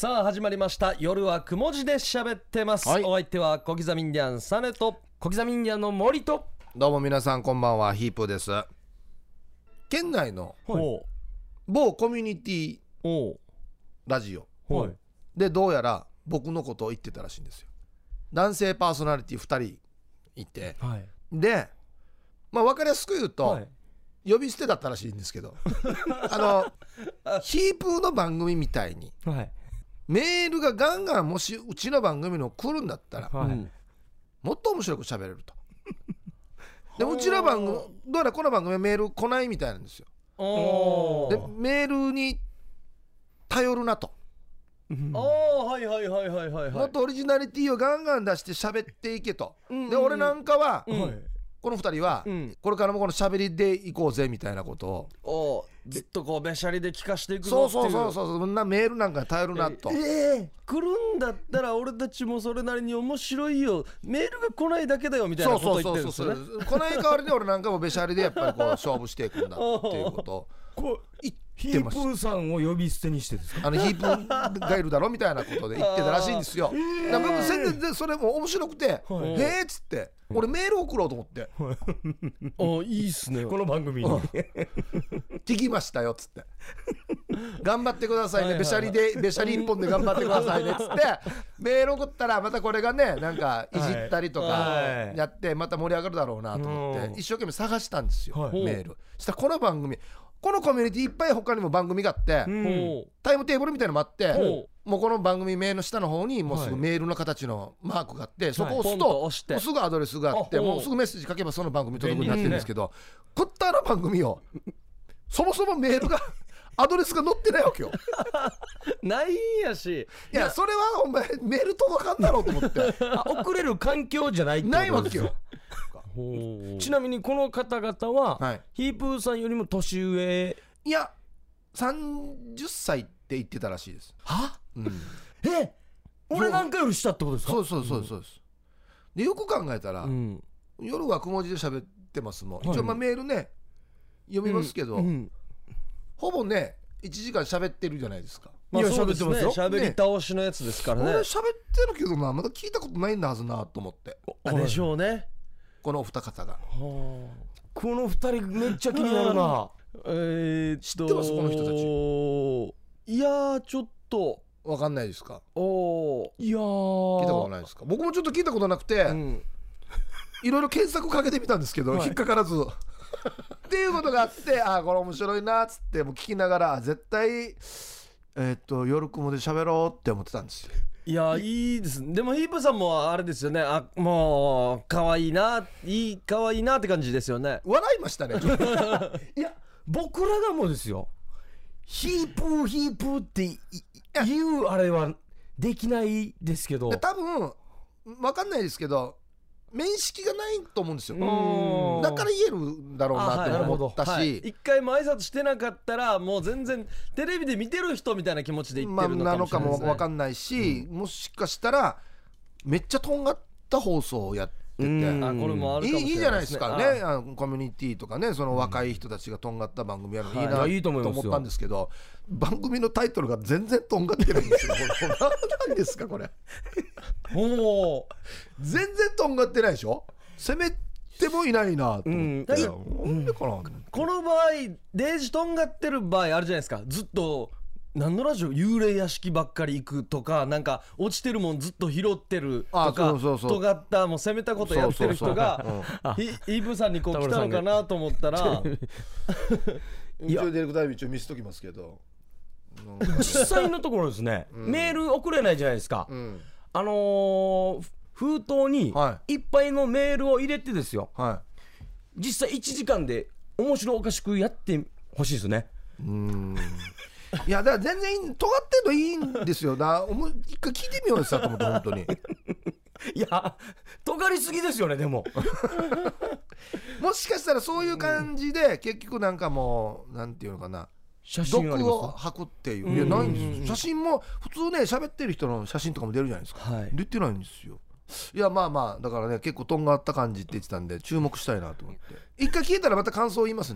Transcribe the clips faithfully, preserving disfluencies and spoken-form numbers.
さあ始まりました。夜はくも字で喋ってます、はい、お相手は小刻みインディアンサネと小刻みインディアンの森と。 どうも皆さんこんばんは、ヒープーです。県内の某コミュニティラジオでどうやら僕のことを言ってたらしいんですよ。男性パーソナリティふたりいて、はい、でまあ分かりやすく言うと、はい、呼び捨てだったらしいんですけどあのヒープーの番組みたいに、はい、メールがガンガンもしうちの番組の来るんだったら、はい、もっと面白く喋れるとでうちの番組どうやらこの番組はメール来ないみたいなんですよ。でメールに頼るなと、 ああはいはいはいはいはい、はい、 もっとオリジナリティをガンガン出して喋っていけと、うんうん、で俺なんかは、うん、このふたりは、うん、これからもこの喋りでいこうぜみたいなことをおずっとこうべしゃりで聞かしていくぞっていう。そうそうそうそう、そんなメールなんかに頼るなと、 ええー、来るんだったら俺たちもそれなりに面白いよ、メールが来ないだけだよみたいなこと言ってるんですよね。 来ない代わりに俺なんかもべしゃりでやっぱりこう勝負していくんだっていうことをこうヒープーさんを呼び捨てにしてですか。 あのヒープーがいるだろみたいなことで言ってたらしいんですよ。だから僕全然それも面白くて、はい、へえっつって俺メール送ろうと思って、 はい、あいいっすねこの番組に聞きましたよっつって頑張ってくださいね、べしゃりでべしゃり一本で頑張ってくださいねっつってメール送ったらまたこれがねなんかいじったりとかやってまた盛り上がるだろうなと思って一生懸命探したんですよ、はい、メールしたらこの番組このコミュニティいっぱい他にも番組があって、うん、タイムテーブルみたいなのもあって、うん、もうこの番組名の下の方にもうすぐメールの形のマークがあって、はい、そこを押すと、はい、もうすぐアドレスがあってもうすぐメッセージ書けばその番組届くようになってるんですけど、こったの番組をそもそもメールがアドレスが載ってないわけよないんやし、 いやそれはお前メール届かんだろうと思ってあ送れる環境じゃないってことないわけよちなみにこの方々は、はい、ヒープーさんよりも年上。 いやさんじゅっさいって言ってたらしいです。 は、うん、え俺なんかより下ってことですか。 そうそうそうそうです、うん、でよく考えたら、うん、夜はくも字で喋ってますもん、はい、一応まあメールね読みますけど、うんうん、ほぼねいちじかん喋ってるじゃないですか。 まあそうですね、喋り倒しのやつですからね。 俺喋ってるけどなまだ聞いたことないんだはずなと思って。 でしょうねこのお二方が。はあ、この二人めっちゃ気になるなえー、知ってますこの人たち。 いやーちょっと分かんないですか。 おいや聞いたことないですか。僕もちょっと聞いたことなくて、うん、いろいろ検索かけてみたんですけど、はい、引っかからずっていうことがあって、あーこれ面白いなっつってもう聞きながら絶対えー、っと夜雲で喋ろうって思ってたんですよ。 いやいいです。でもヒープさんもあれですよね、あもう可愛いないい可愛いなって感じですよね。 笑いましたねいや僕らがもうですよヒープーヒープーっていうあれはできないですけど、 多分分かんないですけど面識がないと思うんですよ。だから言えるんだろうなって思ったし、はい、 一回も挨拶してなかったらもう全然テレビで見てる人みたいな気持ちで言ってるのかもしれないですね。 まあ、なのかも分かんないし、うん、もしかしたらめっちゃとんがった放送をやってて、 あこれもあるかもしれないですね。 いいじゃないですかね。あのコミュニティとかね、その若い人たちがとんがった番組やるのいいな、はい、と思ったんですけど、番組のタイトルが全然とんがってないんですよ何なんですかこれもう全然とんがってないでしょ。攻めてもいないなと思って、うん、なんでかな、うん、 この場合デージとんがってる場合あるじゃないですか。ずっと何のラジオ幽霊屋敷ばっかり行くとか、なんか落ちてるもんずっと拾ってるとか、尖ったもう攻めたことやってる人がヒープさんにこう来たのかなと思ったら一応ディレクター一応見せときますけど実際のところですね、うん、メール送れないじゃないですか、うん、あのー、封筒にいっぱいのメールを入れてですよ、はい、実際いちじかんで面白おかしくやってほしいですね。 うーんいやだから全然尖ってんのいいんですよ。だ一回聞いてみようよさと思って本当にいや尖りすぎですよね。でももしかしたらそういう感じで結局なんかもうなんていうのかな、 写真毒を吐くっていう、いやないんですよ。写真も普通ね喋ってる人の写真とかも出るじゃないですか、はい、出てないんですよ。いやまあまあだからね結構とんがった感じって言ってたんで注目したいなと思って一回聞いたらまた感想を言いますね。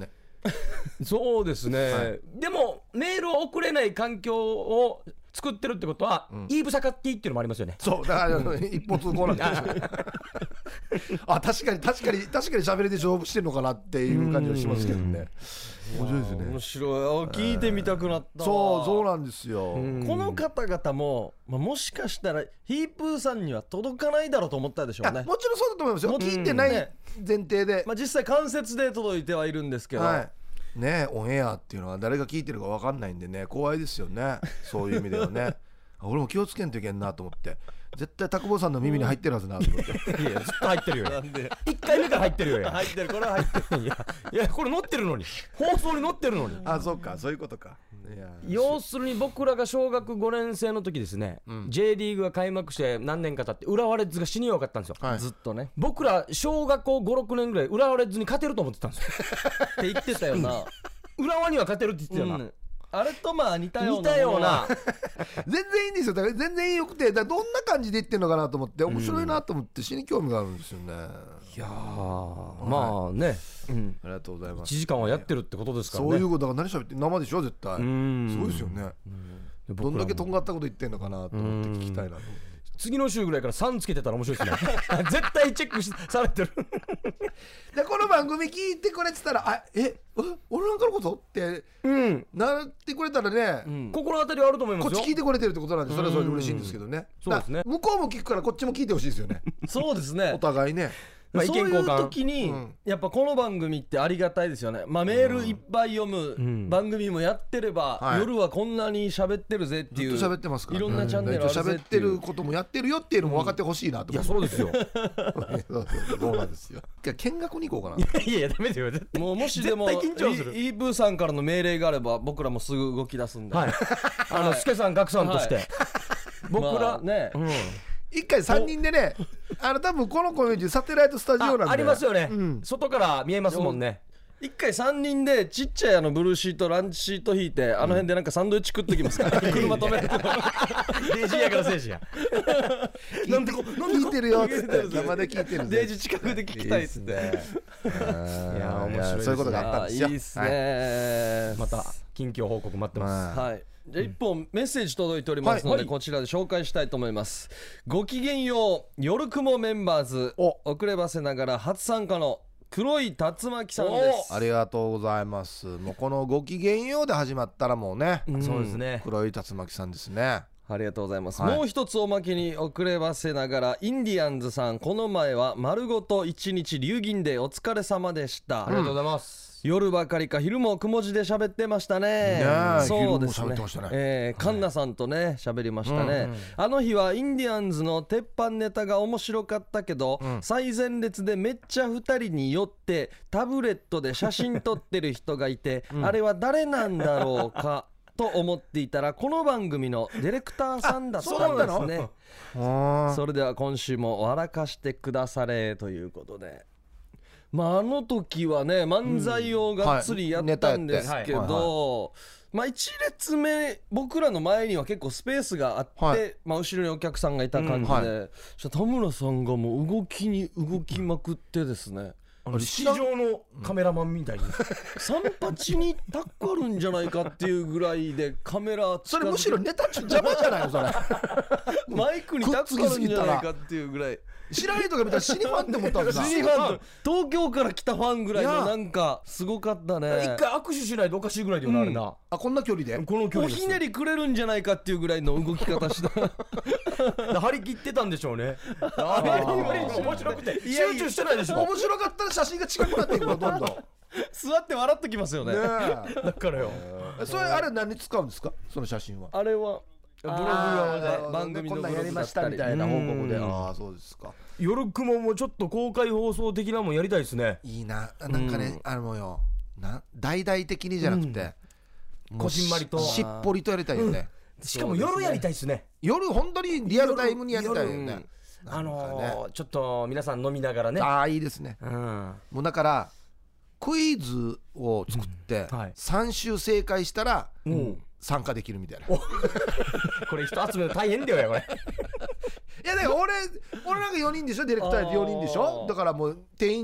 そうですね、はい、でもメールを送れない環境を作ってるってことは、うん、イーブサカティっていうのもありますよね。 そうだから一方通行なんですよあ、確かに確かに確かに喋りで勝負してるのかなっていう感じはしますけどね。面白いですね。 面白い。聞いてみたくなったわ。 そうそうなんですよ。この方々も、まあ、もしかしたらヒープーさんには届かないだろうと思ったでしょうね。 もちろんそうだと思いますよ。聞いてない前提で、 まあ、実際間接で届いてはいるんですけど、はいね、オンエアっていうのは誰が聞いてるか分かんないんでね、怖いですよね。そういう意味ではね俺も気をつけんといけんなと思って、絶対タクボさんの耳に入ってるはずなと思っていやずっと入ってるよ。なんでいっかいめから入ってるよ。 入ってる、これは入ってるいやいや、これ載ってるのに、放送に載ってるのに。 あ、そうか、そういうことか。いや、 要するに僕らが小学ごねん生の時ですね、うん、J リーグが開幕して何年か経って浦和レッズが死に弱かったんですよ、 はい、ずっとね。 僕ら小学校ごろくねんぐらい浦和レッズに勝てると思ってたんですよって言ってたよな浦和には勝てるって言ってたよな、うん、 あれとまあ似たような似たような全然いいんですよ。だから全然よくて、だからどんな感じで言ってんのかなと思って面白いなと思って死に興味があるんですよね、うん、 いやー、まあね、うん、 ありがとうございます。 いちじかんはやってるってことですからね。 そういうことだから、何しゃべって生でしょ絶対。うんそうですよね、うん、どんだけとんがったこと言ってんのかなと思って聞きたいなと思って。 次の週ぐらいからさんつけてたら面白いですね絶対チェックしされてるでこの番組聞いてくれてたら、あえ俺なんかのことって、うん、なってくれたらね、 うん、心当たりはあると思いますよ。 こっち聞いてくれてるってことなんで、それはそれで嬉しいんですけどね。 そうですね。 向こうも聞くからこっちも聞いてほしいですよねそうですね、 お互いね。 まあ、意見交換。そういう時に、うん、やっぱこの番組ってありがたいですよね。まあ、メールいっぱい読む番組もやってれば、うん、夜はこんなに喋ってるぜっていう、 ずっと喋ってますから、 いろんなチャンネルあるぜっていう、 喋ってることもやってるよっていうのも分かってほしいなと思って、 うん、いやそうですよそうなんですよ。見学に行こうかな。 いやいやダメだよ。 もうもしでもイーブーさんからの命令があれば僕らもすぐ動き出すんで、はい、 あのスケさんガクさんとして、はい、僕ら、 まあ、ね、うん、 一回さんにんでね、あの多分このコミュニティサテライトスタジオなんであ, ありますよね、うん、外から見えますもんね。 一回さんにんでちっちゃいあのブルーシートランチシート引いて、あの辺でなんかサンドイッチ食っときますから、うん、車止めてデイジーやから選手やなんでこ聞いてるよっつって生で聞いてるデイジー近くで聞きたいっつって、いや面白いですね。 そういうことがあったんですよ。 いいっすね、 はい、また近況報告待ってます、 はい。じゃあ一本メッセージ届いておりますので、はいはい、こちらで紹介したいと思います。ごきげんよう、夜雲メンバーズ、遅ればせながら初参加の黒い竜巻さんです。 ありがとうございます。もうこのごきげんようで始まったらもうね、 うん、そうですね、 黒い竜巻さんですね。 ありがとうございます、はい、もう一つおまけに遅ればせながらインディアンズさん、この前は丸ごと一日流銀でお疲れ様でした。 ありがとうございます、 うん、夜ばかりか昼もくも字で喋ってましたね。そうですね、えー、カンナさんとね喋りましたね、うんうん、あの日はインディアンズの鉄板ネタが面白かったけど、うん、最前列でめっちゃふたりに寄ってタブレットで写真撮ってる人がいて、うん、あれは誰なんだろうかと思っていたら、この番組のディレクターさんだったんですね。それでは今週も笑かしてくだされということで、まあ、あの時はね漫才をがっつりやったんですけど、まあいち列目僕らの前には結構スペースがあって、はい、まあ、後ろにお客さんがいた感じで、うん、はい、田村さんがもう動きに動きまくってですね、 あの市場のカメラマンみたいに、うん、 三八にタックあるんじゃないかっていうぐらいでカメラ、 それむしろネタ邪魔じゃないのそれマイクにタックあるんじゃないかっていうぐらい、 知らない人が見たら死にファンって思ったんですよ。 死にファン、東京から来たファンぐらいのなんかすごかったね。 一回握手しないとおかしいぐらいでよな、うん、あれな。 あ、こんな距離でこの距離おひねりくれるんじゃないかっていうぐらいの動き方した張り切ってたんでしょうね。あれ面白くて集中してないでしょ。 面白かったら写真が近くなっていくのどんどん座って笑っときますよね。ねだからよ、 それあれ何に使うんですか、その写真は。 あれはブログ用で番組のブログやりましたみたいな報告で、ああそうですか。 夜雲もちょっと公開放送的なもんやりたいですね。 いいな、なんかね、うん、あのよな大々的にじゃなくて、 うん、こじんまりとしっぽりとやりたいよね、 うん、しかも夜やりたいですね。 夜本当にリアルタイムにやりたいよね。 あのー、ちょっと皆さん飲みながらね。 ああいいですね、うん、もうだからクイズを作ってさん週正解したら参加できるみたいな、うん、 これ人集めるの大変だよやこれいやだから俺俺なんかよにんでしょ、ディレクターでよにんでしょ、だからもう定員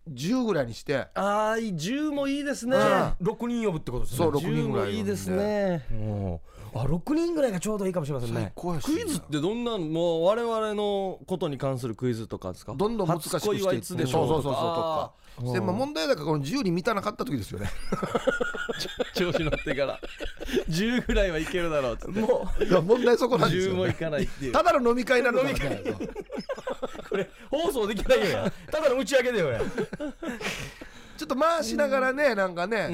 じゅうぐらいにして、 あーじゅうもいいですね。 ろくにん呼ぶってことですね。 そうろくにんぐらいじゅうもいいですね。 あろくにんぐらいがちょうどいいかもしれませんね。 クイズってどんな、もう我々のことに関するクイズとかですか？ どんどん難しくしていって、 初恋はいつでしょうそうそうそうそうとか。でまあ問題だからこのじゅうに満たなかった時ですよね。 調子乗ってからじゅうぐらいはいけるだろうっつって、 もういや問題そこなんですよ、ね、 じゅうもいかないっていう。 ただの飲み会なのかなこれ放送できないよや。ただの打ち上げだよや。 ちょっと回しながらね、なんかね、うん、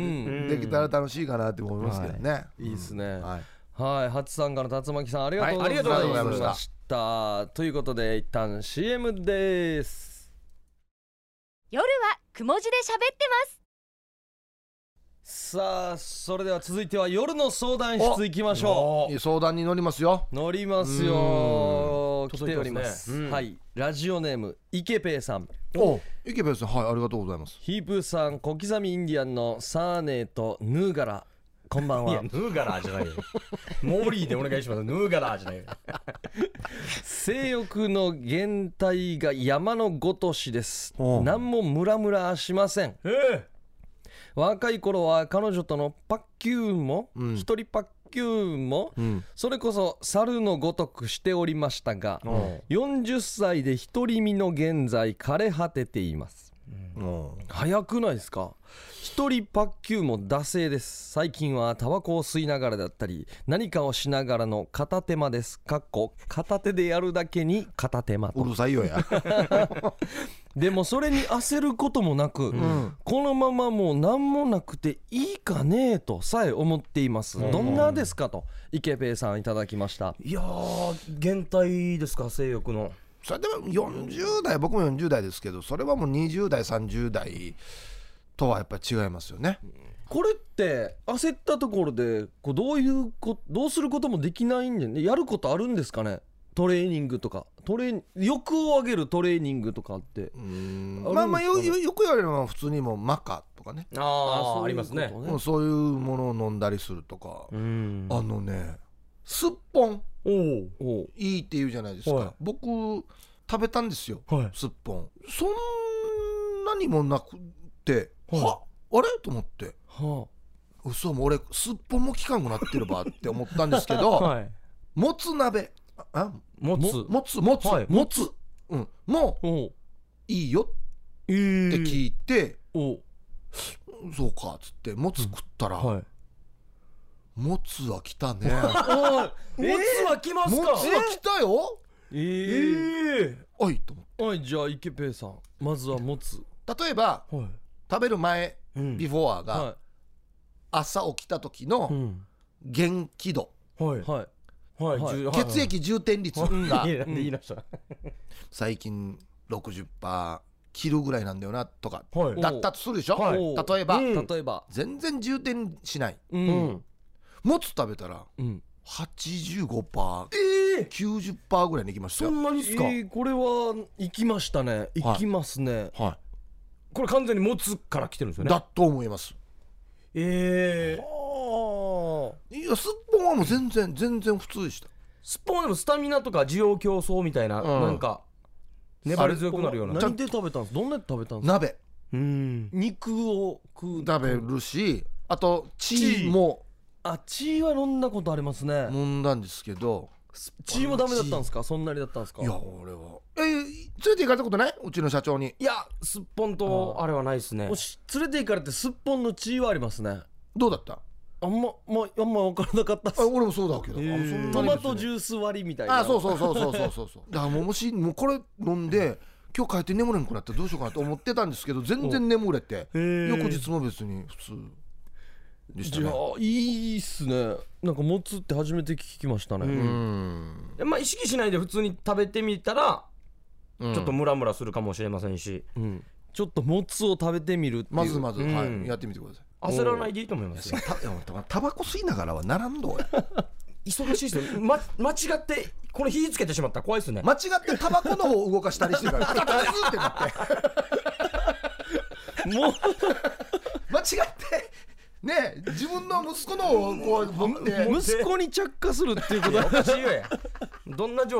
できたら楽しいかなって思いますけどね、はい、 いいですね、 はい、 はい、ハツさんから竜巻さんありがとうございました、はい、ということで一旦 シーエム です。 夜はくも字で喋ってます。さあそれでは続いては夜の相談室行きましょう。相談に乗りますよ。 乗りますよ。来ております、ね、はい、ラジオネームイケペイさん。 おイケペイさん、はい、ありがとうございます。 ヒープーさん、小刻みインディアンのサーネーとヌーガラ、こんばんは。 いやヌーガラーじゃないよ。モーリーでお願いします。ヌーガラーじゃないよ。 性欲の減退が山のごとしです。何もムラムラしません。 えー、 若い頃は彼女とのパッキューも、うん、一人パッキューも、うん、それこそ猿のごとくしておりましたが、うん、よんじゅっさいで独り身の現在枯れ果てています。うん、早くないですか？一人パッキューも惰性です。最近はタバコを吸いながらだったり何かをしながらの片手間です。かっこ片手でやるだけに片手間と。 うるさいよや。 でもそれに焦ることもなく、うん、このままもう何もなくていいかねとさえ思っています。どんなですかとイケペイさんいただきました。 いやー減退ですか、性欲の。 それでもよんじゅう代、僕もよんじゅう代ですけど、それはもうにじゅう代さんじゅう代とはやっぱり違いますよね。 これって焦ったところでこうどういうこどうすることもできないんでね。やることあるんですかね。トレーニングとかトレー欲を上げるトレーニングとかって、うーん、まあまあ よ, よ, よく言われるのは普通にもうマカとかね。 ああありますね。 もうそういうものを飲んだりするとか、うん、あのねすっぽんおいいって言うじゃないですか、はい、僕食べたんですよ、はい、すっぽん。そんなにもなくて、はい、はあれと思って、はあ、嘘もう俺すっぽんも効かんくなってるばって思ったんですけど、はい、もつ鍋あもつもつもつ、はい、もつ、うん、もういいよって聞いて、えー、おそうかっつってもつ食ったら、うんはい、もつは来たね。もつは来ますか。もつは来たよ。 えー、 えー、おいと思って。 はい、じゃあイケペイさんまずはもつ。 例えば、はい、食べる前、うん、ビフォアが、はい、朝起きた時の元気度、はいはいはいはい、血液充填率が、はいうん、最近 ろくじゅっパーセント 切るぐらいなんだよなとか、はい、だったとするでしょ、はい、例えば、うん、例えば全然充填しない、うん、もつ食べたら、うん、はちじゅうごパーセント、えー、きゅうじゅっパーセント ぐらいにいきましたよ。 そんなにですか、えー、これはいきましたね。いきますね、はいはい、 これ完全にもつから来てるんですよね。 だと思います。 えー、 いやすっぽんはもう全然全然普通でした。 すっぽんはでもスタミナとか需要競争みたいな、うん、なんか粘り強くなるような。 何で食べたんですか。どんなで食べたんですか。 鍋、 うん、肉を食う食べるし、あとチーもあチーは飲んだことありますね。 飲んだんですけどチーもダメだったんですか。そんなにだったんですか。 いや俺はえー、連れて行かれたことない。うちの社長に。 いやすっぽんとあれはないですね。 連れて行かれてすっぽんのチーはありますね。 どうだった。 あんま、まあんま分からなかったっす。 あ俺もそうだけど、えー、 トマトジュース割りみたいな。 あそうそうそうそうそうそうそうだからもうもしもうこれ飲んで今日帰って眠れなくなったらどうしようかなと思ってたんですけど全然眠れて、翌日も別に普通でしたね。 じゃあいいっすね。なんかもつって初めて聞きましたね。うんうん、まあ意識しないで普通に食べてみたら、うん、ちょっとムラムラするかもしれませんし、うん、 ちょっともつを食べてみるっていう。 まずまず、うん、はい、やってみてください。 焦らないでいいと思いますよ。 タバコ吸いながらはならんどうや。 忙しいですよ、ま、間違ってこの火つけてしまったら怖いですね。 間違ってタバコの方を動かしたりしてからカタズーってなってもう間違ってね自分の息子のをこう持って息子に着火するっていうことはおかしいよや。どんな状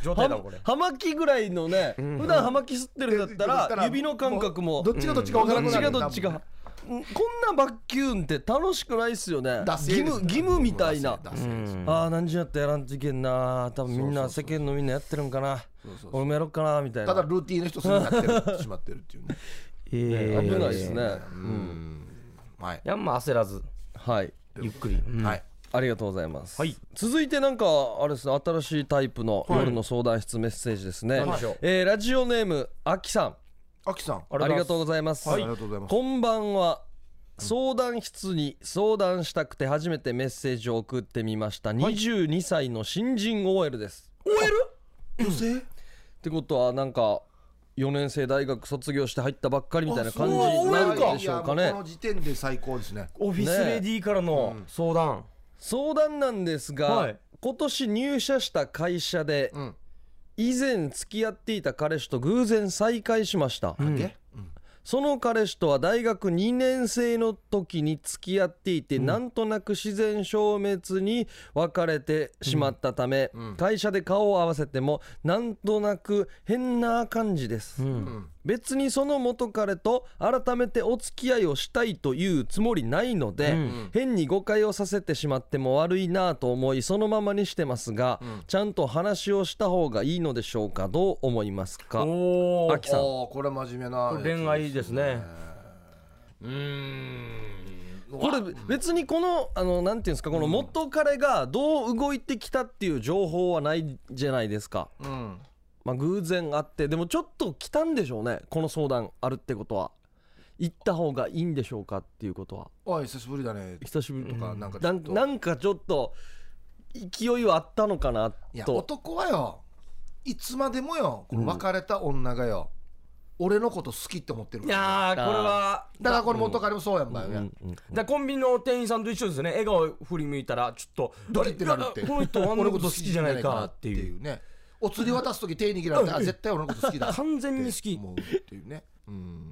状態だこれ。 葉巻ぐらいのね、普段葉巻吸ってるんだったら指の感覚もどっちがどっちか分からなくなる。 どっちがどっちか。こんなバッキューンって楽しくないっすよね。義務義務みたいな。ああ何時やったらやらんといけんな。多分みんな世間のみんなやってるんかな。俺もやろうかなみたいな。 ただルーティーンの一つになってしまってるっていうね。 えー、危ないですね。うん。はい。 いやまあ焦らず。 はい。 ゆっくり。 はい。 ありがとうございます、 はい、 続いてなんかあれですね、新しいタイプの夜の相談室メッセージですね、はい、えー、ラジオネームあきさん、 あきさんありがとうございます、 はい、ありがとうございます。 こんばんは。相談室に相談したくて初めてメッセージを送ってみました、はい、にじゅうにさいの新人 オーエル です。 オーエル？ 女性ってことはなんかよねん生大学卒業して入ったばっかりみたいな感じになるでしょうかね。 この時点で最高ですね。 オフィスレディーからの相談、 ね、相談なんですが、はい、今年入社した会社で、うん、以前付き合っていた彼氏と偶然再会しました、うん、その彼氏とは大学にねん生の時に付き合っていて、うん、なんとなく自然消滅に別れてしまったため、うん、会社で顔を合わせてもなんとなく変な感じです、うん、別にその元彼と改めてお付き合いをしたいというつもりないので、うん、変に誤解をさせてしまっても悪いなと思いそのままにしてますが、うん、ちゃんと話をした方がいいのでしょうか。どう思いますか。 おー、あきさん、これ真面目なこれ恋愛ですね。 うーん、 これ別にこのあのなんていうんですか、この元彼がどう動いてきたっていう情報はないじゃないですか、うん、まあ偶然あって、でもちょっと来たんでしょうね、この相談あるってことは。行った方がいいんでしょうかっていうことは。 おい久しぶりだね久しぶりとか、なんかちょっとなんかちょっと勢いはあったのかなと。 いや男はよ、いつまでもよ、この別れた女がよ、うん、俺のこと好きって思ってる。 いやーこれはだからこれ元彼もそうやんばよ、ね、 うんうんうん、だコンビニの店員さんと一緒ですよね。笑顔振り向いたらちょっとドキってなるって、 この人俺のこと好きじゃないかっていうね。お釣り渡す時手握られてあ絶対俺のこと好きだ完全に好き思うっていうね。うん、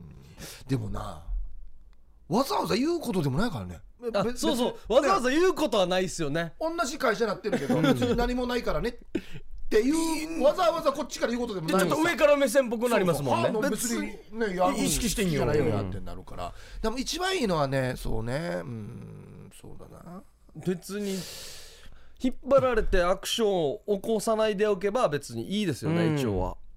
でもなわざわざ言うことでもないからね。 そうそう、わざわざ言うことはないですよね。 同じ会社になってるけど別に何もないからねっていうわざわざこっちから言うことでもない。 ちょっと上から目線っぽくなりますもんね。 そうそう別にねやる意識してんよじゃないよなってなるから、うん、でも一番いいのはね、そうね、うん、そうだな、 別に引っ張られてアクションを起こさないでおけば別にいいですよね、うん、一応は。 うん、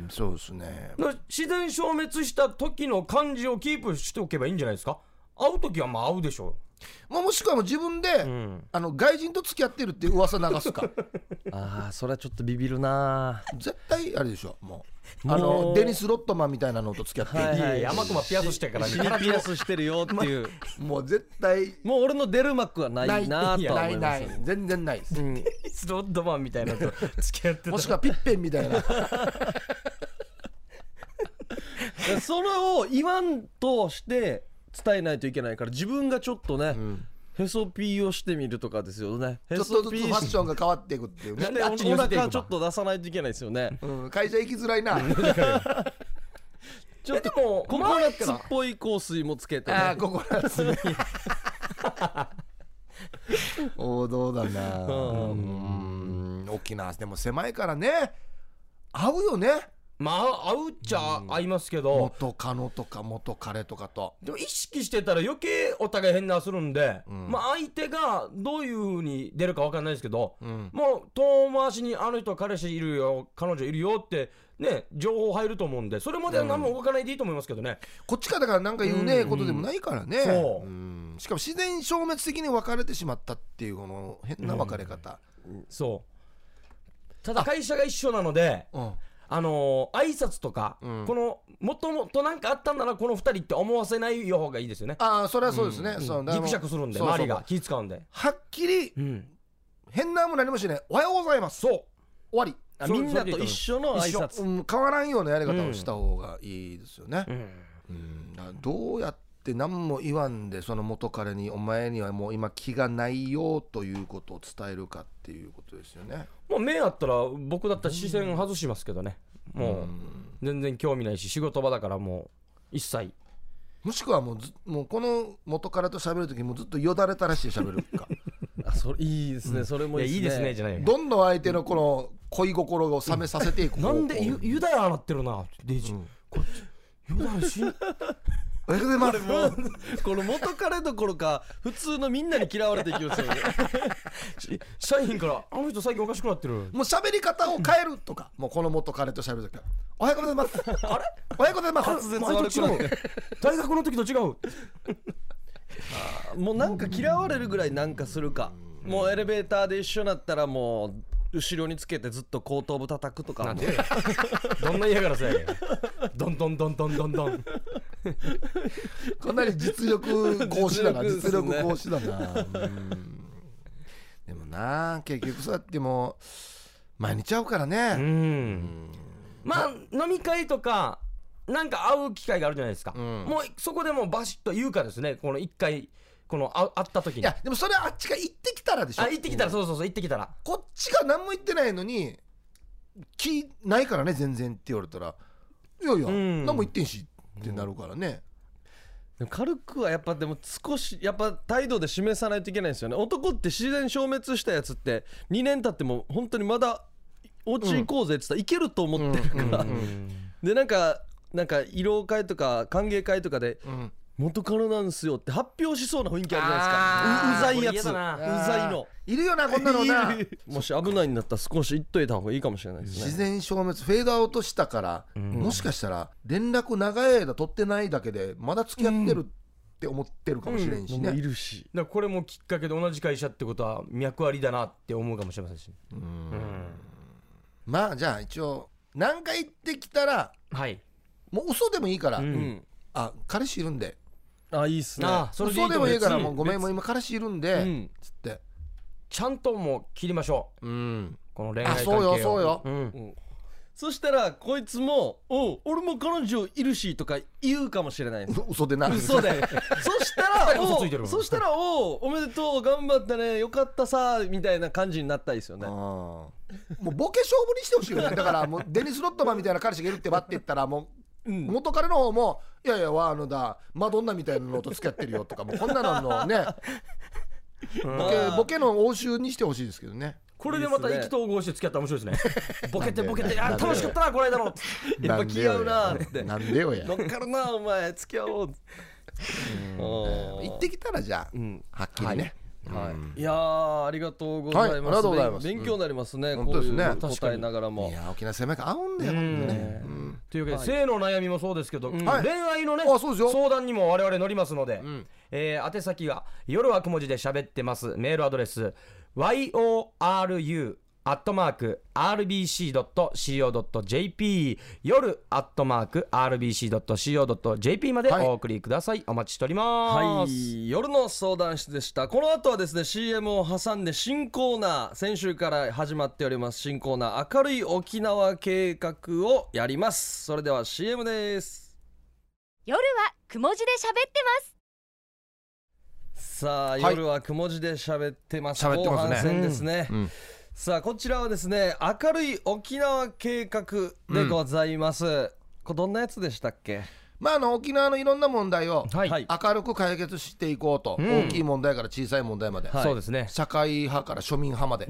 そうですね。 自然消滅した時の感じをキープしておけばいいんじゃないですか。会う時はまあ会うでしょう。 まあ、もしくはもう自分で、うん、あの外人と付き合ってるっていう噂流すかああそれはちょっとビビるな。 絶対あれでしょ、もうあのデニス・ロットマンみたいなのと付き合ってる、 はいはい、山熊ピアスしてからね、ピアスしてるよっていうもう絶対もう俺の出る幕はないなとは思います。 ないない全然ないです、うん、 デニス・ロットマンみたいなのと付き合ってたもしくはピッペンみたいなそれを言わんとして伝えないといけないから、自分がちょっとね、うん、へそピーをしてみるとかですよね。 ちょっとずつファッションが変わっていくっていうね。 お腹ちょっと出さないといけないですよね、 うん、会社行きづらいなちょっとココナッツっぽい香水もつけて、ね、 あココナッツね王道だな。うん、大きなでも狭いからね、合うよね。 まあ合うっちゃ合いますけど、 元カノとか元彼とかとでも意識してたら余計お互い変なするんで、うん、まあ相手がどういう風に出るか分かんないですけど、うん、もう遠回しにあの人彼氏いるよ彼女いるよってね情報入ると思うんで、それまでは何も動かないでいいと思いますけどね、うん、 こっちからだから何か言うね、うん、ことでもないからね。そう、うん、しかも自然消滅的に別れてしまったっていうこの変な別れ方、 うん、そうただ会社が一緒なので、うんあのー、挨拶とか、うん、このもともと何かあったんならこのふたりって思わせない方がいいですよね。 ああそれはそうですね、うん、そうギクシャクするんで、そうそう周りが気使うんではっきり、うん、変なも何もしないおはようございますそう終わり。 あみんなと一緒の挨拶、 うん、変わらんようなやり方をした方がいいですよね、うんうん、どうやって何も言わんでその元彼にお前にはもう今気がないよということを伝えるかっていうことですよね。 もう目あったら僕だったら視線外しますけどね、もう全然興味ないし仕事場だからもう一切、 もしくはもうずもうこの元彼と喋るときもずっとよだれたらして喋るかあそれいいですね、うん、それもいいですね。 いいですねじゃないよ、 どんどん相手のこの恋心を冷めさせていく、 なんでユユダヤなってるなデイジ、うん、こっちユダヤしおはようございます。 もうこの元彼どころか普通のみんなに嫌われていきますよね社員からあの人最近おかしくなってる、 もう喋り方を変えるとか、もうこの元彼と喋るときはおはようございますあれおはようございます滑舌悪くなって大学の時と違うあもうなんか嫌われるぐらいなんかするか、もうエレベーターで一緒になったらもう後ろにつけてずっと後頭部叩くとかも。 なんでどんな嫌がらせやねんどんどんどんどんどんどんかなり実力行使だな実力行使だな、うんでもな結局そうやっても毎日会うからね、うんうん、 まあ飲み会とかなんか会う機会があるじゃないですか、うん、もうそこでもバシッと言うかですね、この一回この会った時に。 いやでもそれはあっちが行ってきたらでしょ。 あ行ってきたら、そうそうそう行ってきたら、 こっちが何も言ってないのに気ないからね全然って言われたらいやいや、うん、何も言ってんしってなるからね、 うん、軽くはやっぱでも少しやっぱ態度で示さないといけないんですよね。男って自然消滅したやつってにねん経っても本当にまだお家行こうぜって言ったらいけると思ってるから、でなんかなんか慰労会とか歓迎会とかで、うん元カノなんすよって発表しそうな雰囲気あるじゃないですか。 う, うざいやつうざいのいるよなこんなのなもし危ないんだったら少し言っといた方がいいかもしれないですね。 自然消滅フェードアウトしたから、うん、もしかしたら連絡長い間取ってないだけでまだ付き合ってるって思ってるかもしれんしね、 うんうん、いるし、 だからこれもきっかけで同じ会社ってことは脈ありだなって思うかもしれませんし、うん、うん、 まあじゃあ一応何回行ってきたら、はい、もう嘘でもいいから、うん、あ彼氏いるんで、 あいいっすね、 あそれでいいと思う。嘘でもいいからもうごめんもう今彼氏いるんで、うん、つってちゃんともう切りましょう、うん、この恋愛関係を。 あそうよそうよ、うんうん、 そしたらこいつもお俺も彼女いるしとか言うかもしれないです。 嘘でな嘘でそしたらおそしたらおおめでとう頑張ったねよかったさみたいな感じになったらいいですよね。あもうボケ勝負にしてほしいよね。だからもうデニス・ロットマンみたいな彼氏がいるってばって言ったらもう、うん、元彼の方もいやいやワーヌだマドンナみたいなのと付き合ってるよとかもうこんなののねボケ、ボケの応酬にしてほしいですけどね。 これでまた意気投合して付き合ったら面白いですね。ボケてボケてあ楽しかったなこの間のやっぱ気合うなってなんでよや乗っかるなお前付き合おう行ってきたらじゃあ、うん、はっきりね、 はい、いやーありがとうございます、はい、ありがとうございます。勉強になりますね、うん、こういう答えながらも。 いや沖縄狭いから合うんだよね、 うん、というわけで、はい、性の悩みもそうですけど、うん、恋愛のね、はい、相談にも我々乗りますので、うんえー、宛先は夜はく文字で喋ってます。メールアドレス ヨル アットマーク アールビーシー ドット シーオー ドット ジェーピー 夜アットマーク アールビーシー ドット シーオー ドット ジェーピー までお送りください、はい、お待ちしております。 はい、夜の相談室でした。この後はですね シーエム を挟んで新コーナー、先週から始まっております新コーナー明るい沖縄計画をやります。それでは シーエム です。 夜はくも字で喋ってます。さあ、はい、夜はくも字で喋ってます。後半戦ですね、うんうん、さあこちらはですね明るい沖縄計画でございます、うん、これどんなやつでしたっけ。 まあ、あの沖縄のいろんな問題を明るく解決していこうと、うん、大きい問題から小さい問題まで、 はい、そうですね、 社会派から庶民派まで、うん、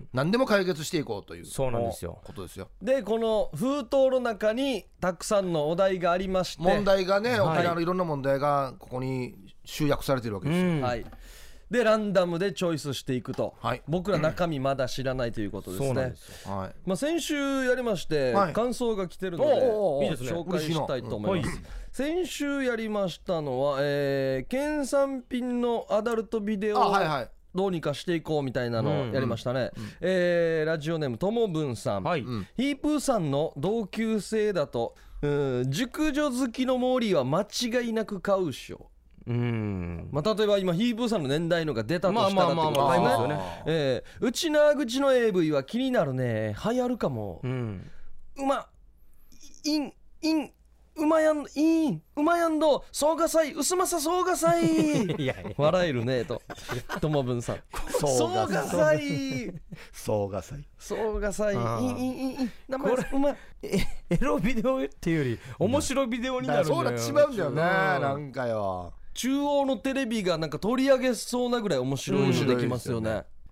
何でも解決していこうというそうなんですよことですよ。 でこの封筒の中にたくさんのお題がありまして、 問題がね、沖縄のいろんな問題がここに集約されているわけですよ、うんはい、でランダムでチョイスしていくと、はい、僕ら中身まだ知らないということですね、うん、そうなんですよ、はいまあ、先週やりまして、はい、感想が来てるのでいいです、ね、紹介したいと思います、うん、先週やりましたのは、えー、県産品のアダルトビデオをどうにかしていこうみたいなのをやりましたね、うんうんえー、ラジオネームともぶんさん、はい、ヒープーさんの同級生だとうん熟女好きのモーリーは間違いなく買うっしょ。うんまあ、例えば今ヒープーさんの年代のが出たとしたらってことですよね。えー、うちな口の エーブイ は気になるね、流行るかも、うん、うまいんいんうまやんいんうまやんどそうがさいうすまさそうがさいいや笑えるねとともぶんさんそうがさいそうがさいそうがさいいいいい名前うまいエロビデオっていうより面白いビデオになるんだよ。 そうだ違うんだよね、なんかよ中央のテレビがなんか取り上げそうなぐらい面白いのできますよね。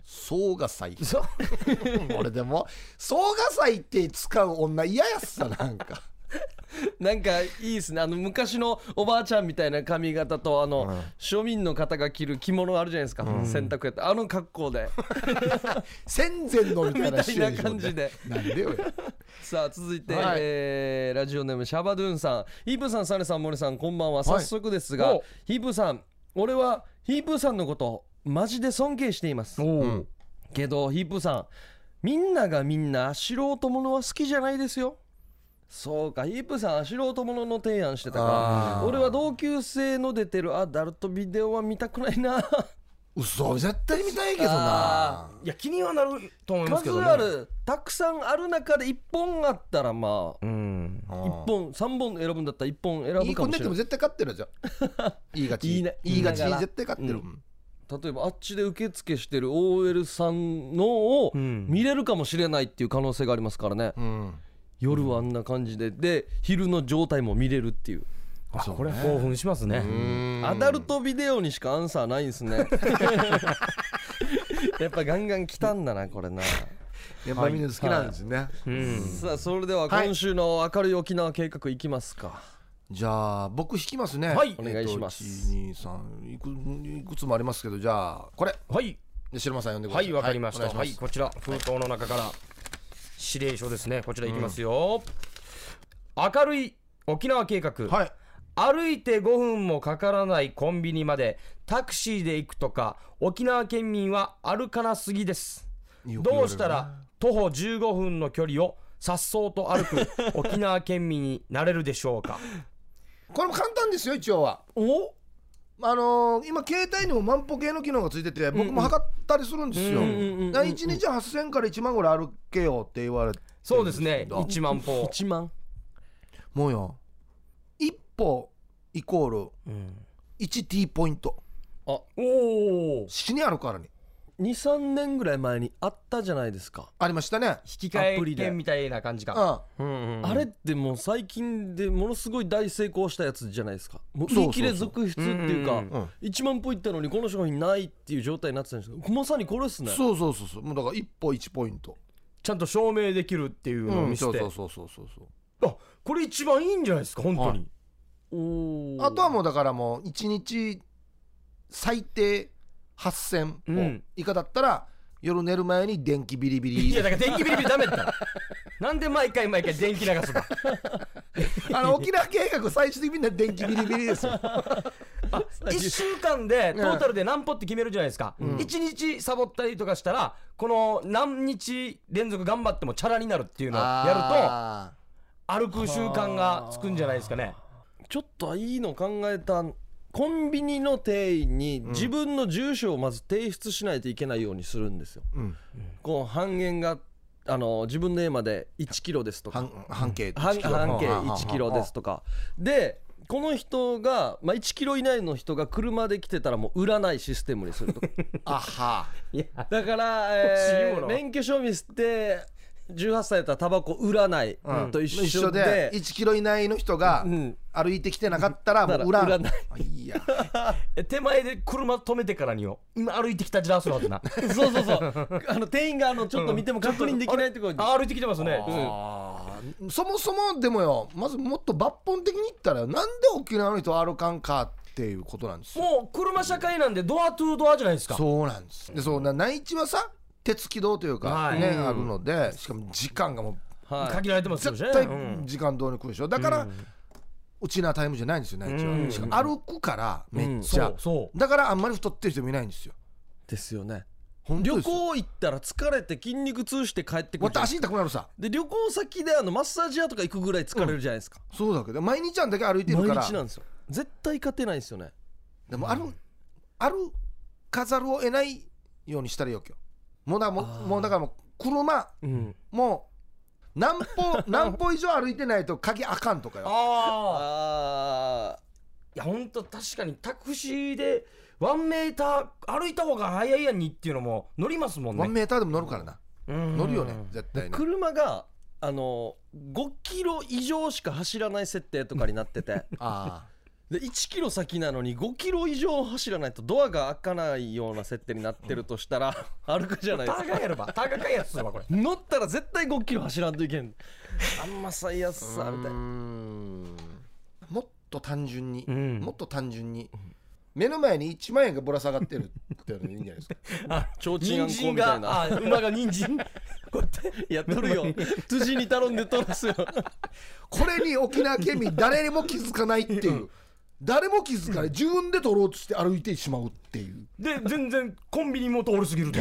総賀祭俺でも総賀祭って使う女嫌やっさなんかなんかいいですね、あの昔のおばあちゃんみたいな髪型とあの、うん、庶民の方が着る着物あるじゃないですか、うん、洗濯やったあの格好で戦前のみたいなみたいな感じでなんでよさあ続いて、はい、えー、ラジオネームシャバドゥンさん、ヒープさん、サネさん、森さん、こんばんは。早速ですが、はい、ヒープさん、俺はヒープさんのことマジで尊敬しています。おけどヒープさん、みんながみんな素人ものは好きじゃないですよ。そうか、ヒープさん素人ものの提案してたか。俺は同級生の出てるアダルトビデオは見たくないな嘘、絶対見たいけどな。 いや気にはなると思いますけどね。 数ある、たくさんある中でいっぽんあったらまあ、うん、いっぽんさんぼん選ぶんだったらいっぽん選ぶかもしれない。いい子ねっても絶対勝ってるじゃんいいがちいいね、いいがち絶対勝ってる、うん、 例えばあっちで受付してる オーエル さんのを見れるかもしれないっていう可能性がありますからね、うん、夜はあんな感じでで昼の状態も見れるっていう。 あ、これ興奮しますね。 アダルトビデオにしかアンサーないんですねやっぱガンガン来たんだなこれな。 やっぱみんな好きなんですね、はい、 うん、さあそれでは今週の明るい沖縄計画いきますか、はい、 じゃあ僕引きますね。 はい、お願いします。 いちにさん いく, いくつもありますけど、じゃあこれ、 はいで白間さん読んでください。 はい、わかりました、はい、はい、こちら封筒の中から指令書ですね、こちらいきますよ、うん、明るい沖縄計画、はい、歩いてごふんもかからないコンビニまでタクシーで行くとか沖縄県民は歩かなすぎです。どうしたら徒歩じゅうごふんの距離を颯爽と歩く沖縄県民になれるでしょうかこれも簡単ですよ一応は。おあのー、今携帯にも万歩計の機能がついてて僕も測ったりするんですよ。いちにちはっせんからいちまんぐらい歩けよって言われてるんですけど。 そうですね、いちまん歩いちまんもうよ一歩イコール いちティー ポイント。あ、おお死に歩くからね。 にさんねんぐらい前にあったじゃないですか。 ありましたね、 引き換え券みたいな感じか。 あ、うんうんうん、あれってもう最近でものすごい大成功したやつじゃないですか。もう売り切れ続出っていうか、うんうん、いちまん歩いったのにこの商品ないっていう状態になってたんですけど、まさにこれっすね。 そうそうそうそう、もうだから一歩いちポイントちゃんと証明できるっていうのを見せて、 うん、そうそうそうそうそう、 あ、これ一番いいんじゃないですか本当に、はい、 おあとはもうだからもういちにち最低はっせん歩以下だったら、夜寝る前に電気ビリビリ。 いやだから電気ビリビリダメだなんで毎回毎回電気流すのあの沖縄計画最終的にみんな電気ビリビリですよあ、いっしゅうかんでトータルで何歩って決めるじゃないですか、うん、いちにちサボったりとかしたらこの何日連続頑張ってもチャラになるっていうのをやると歩く習慣がつくんじゃないですかね。 ちょっといいの考えた。コンビニの店員に自分の住所をまず提出しないといけないようにするんですよ、うん、こう半減があの自分の家までいちキロですとか、 半径半径いちキロですとかで、この人が、まあ、いちキロ以内の人が車で来てたらもう売らないシステムにするとあはだから、えー、免許証見せてじゅうはっさいだったらタバコ売らないと一緒で、 うん、いちキロ以内の人が歩いてきてなかったらもう売らない、うん、いや手前で車止めてからによ今歩いてきたじらすのってなそうそうそうあの店員があのちょっと見ても確認できないってこと、 うん、あ歩いてきてますね、 うん、そもそもでもよまずもっと抜本的に言ったらなんで沖縄の人は歩かんかっていうことなんですよ。 もう車社会なんでドアトゥードアじゃないですか。 そうなんです。でそうな内地はさ鉄軌道というかね、はい、あるのでしかも時間がもう、 はい、限られてますよね。 絶対時間通り来るでしょ。だから、うん、うちなタイムじゃないんですよ内地は、うん、しかも歩くからめっちゃ、うん、そうそうだからあんまり太ってる人もいないんですよ。 ですよね。旅行行ったら疲れて筋肉痛して帰ってくる。 足痛くなるさ。 で旅行先であのマッサージ屋とか行くぐらい疲れるじゃないですか、 うん、そうだけど毎日あんだけ歩いてるから毎日なんですよ。絶対勝てないですよね。 でも歩、歩かざるを得ないようにしたらいいよ今日。もうだもうもうだからもう車、うん、もう何歩何歩以上歩いてないと鍵あかんとかよ。 ああいやほんと確かにタクシーでワンメーター歩いた方が早いやんにっていうのも乗りますもんね。 ワンメーターでも乗るからな、うん、乗るよね絶対ね。 車があのごキロ以上しか走らない設定とかになっててあでいちキロ先なのにごキロ以上走らないとドアが開かないような設定になってるとしたら、うん、歩くじゃないですか。 高いやろば高いやつするわこれ。 乗ったら絶対ごキロ走らんといけん。あんま最安さみたいな。 もっと単純に、 うん、 もっと単純に目の前にいちまんえんがぶら下がってるっていうのがいいんじゃないですか。 あ、ちょうちんあんこみたいな。あ、馬が人参こうやってやっとるよ。辻に頼んで取るすよ。 これに沖縄県民誰にも気づかないっていう。誰も気づかない、自分で取ろうとして歩いてしまうっていう。 で全然コンビニも通り過ぎると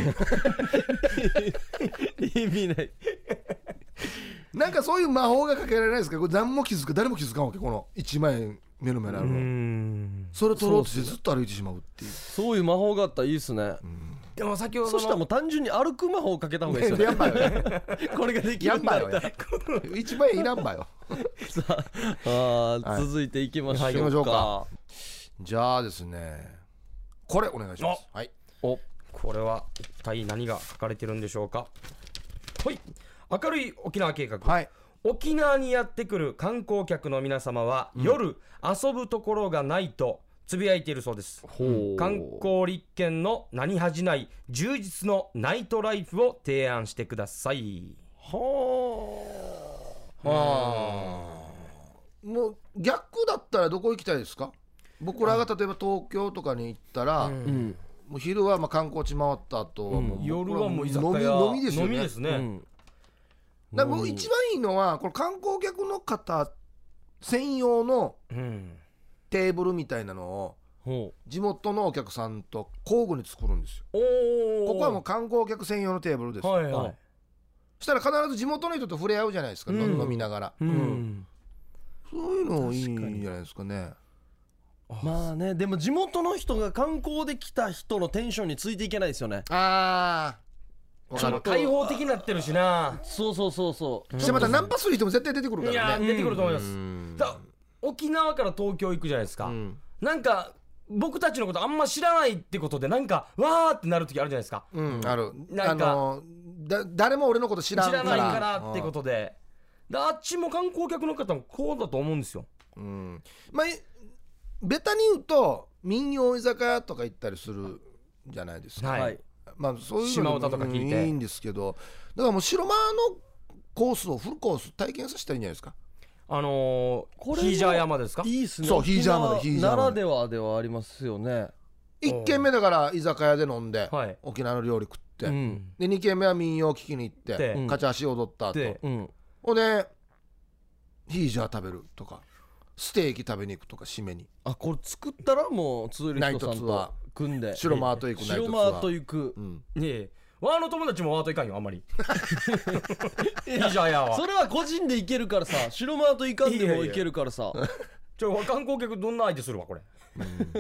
意味ない。 なんかそういう魔法がかけられないですか。これ何も気づか誰も気づかんわけ。このいちまんえん目の前にあるの、それ取ろうとしてずっと歩いてしまうっていう、 そういう魔法があったらいいですね。うん、 でも先ほどそしたらもう単純に歩く魔法をかけた方がいいですよね。これができるんだったらいちまんえんいらんばよ。 さあ、あ、続いていきましょうか。はい、行きましょうか。 じゃあですね、これお願いします。はい、 お、これは一体何が書かれてるんでしょうか。はい、明るい沖縄計画。はい、沖縄にやってくる観光客の皆様は、うん、夜遊ぶところがないとつぶやいているそうです。観光立県の名に恥じない充実のナイトライフを提案してください。 はあ、はあ、もう逆だったらどこ行きたいですか。僕らが例えば東京とかに行ったら、うん、もう昼はまあ観光地回った後はもう、 うん、夜はもう居酒屋飲みですよね。飲みですね、うん、 だからもう一番いいのはこの観光客の方専用のテーブルみたいなのを地元のお客さんと交互に作るんですよ。おここはもう観光客専用のテーブルです、はいはい、そしたら必ず地元の人と触れ合うじゃないですか、うん、飲みながら、うんうん、そういうのいいんじゃないですかね。 まあね、でも地元の人が観光で来た人のテンションについていけないですよね。 ああ、ちょっと開放的になってるしな。 そうそうそうそう。 してまたナンパする人も絶対出てくるからね。 いや出てくると思います。だ沖縄から東京行くじゃないですか、うん、なんか僕たちのことあんま知らないってことでなんかわーってなる時あるじゃないですか、 うん、ある。なんか、あのー、だ誰も俺のこと知らんから知らないからってことで、であっちも観光客の方もこうだと思うんですよ、 うん、まあベタに言うと民謡居酒屋とか行ったりするじゃないですか、はい、まあそういうのもいいんですけど、だからもう白間のコースをフルコース体験させたらいいんじゃないですか。 あのー、ヒージャー山ですか。 いいっすね。 そう、ヒージャー山でヒージャー山ならではではありますよね。 いっけんめだから居酒屋で飲んで、はい、沖縄の料理食って、うん、でにけんめは民謡聴きに行ってカチャシ踊った後、うん、ほんでヒージャー食べるとかステーキ食べに行くとか締めに。 あ、これ作ったらもうツーリストさんと組んで白マート行く、ナイトツアー白マート行く、うん、 ねえワーの友達もワート行かんよあんまり。いいじゃんやわ。 それは個人で行けるからさ、白マート行かんでも行けるからさ。 ちょ観光客どんな相手するわこれ。 うん、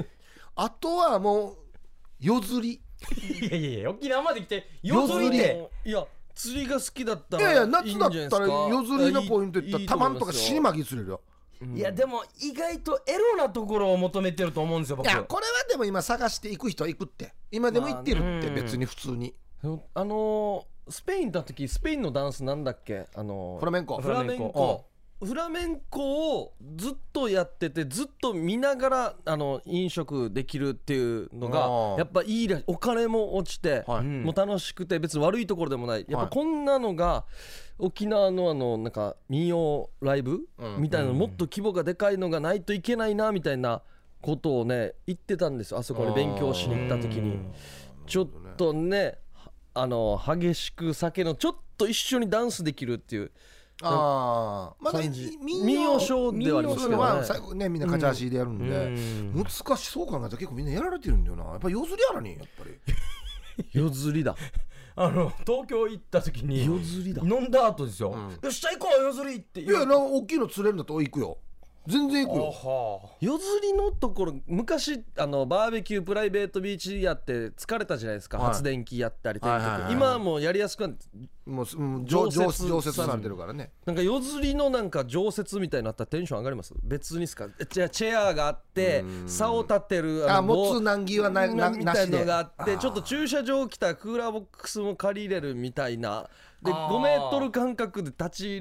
あとはもう夜釣り。 いやいやいや沖縄まで来て夜釣りって。 いや釣りが好きだったらいやいや夏だったら夜釣りのポイントいったらタマンとか死に巻き釣れるよ。 うん、いやでも意外とエロなところを求めてると思うんですよ僕。 いやこれはでも今探していく人は行くって今でも行ってるって別に普通に。 あのー、スペイン行った時スペインのダンスなんだっけ、あのー、 フラメンコフラメンコフラメンコをずっとやっててずっと見ながらあの飲食できるっていうのがやっぱいいらしい。お金も落ちて、はい、もう楽しくて別に悪いところでもない。やっぱこんなのが沖縄のあのなんか民謡ライブみたいなのもっと規模がでかいのがないといけないなみたいなことをね言ってたんですよ。あそこに勉強しに行った時にちょっとねあの激しく酒のちょっと一緒にダンスできるっていう。 ああ、まだ民謡ショーではありますけどね。 最後ねみんなカチャ足でやるんで、うん、難しそう考えたら結構みんなやられてるんだよな。やっぱ夜釣りやらにやっぱり。 夜釣りだ。 あの東京行った時に夜釣りだ飲んだ後ですよ。うん、よっしゃ行こう夜釣りって。 いやな大きいの釣れるんだと行くよ。全然行くよ。 夜釣りのところ昔あのバーベキュープライベートビーチやって疲れたじゃないですか、はい、発電機やったり、はいはいはいはい、今はもうやりやすくなってもう、うん、常設常設されてるからね。 なんか夜釣りのなんか常設みたいになったらテンション上がります。別にすかチェチェアがあって竿を立てるあ持つ難儀はななみたいのがあってちょっと駐車場来たらクーラーボックスも借りれるみたいなでごメートル間隔で立ち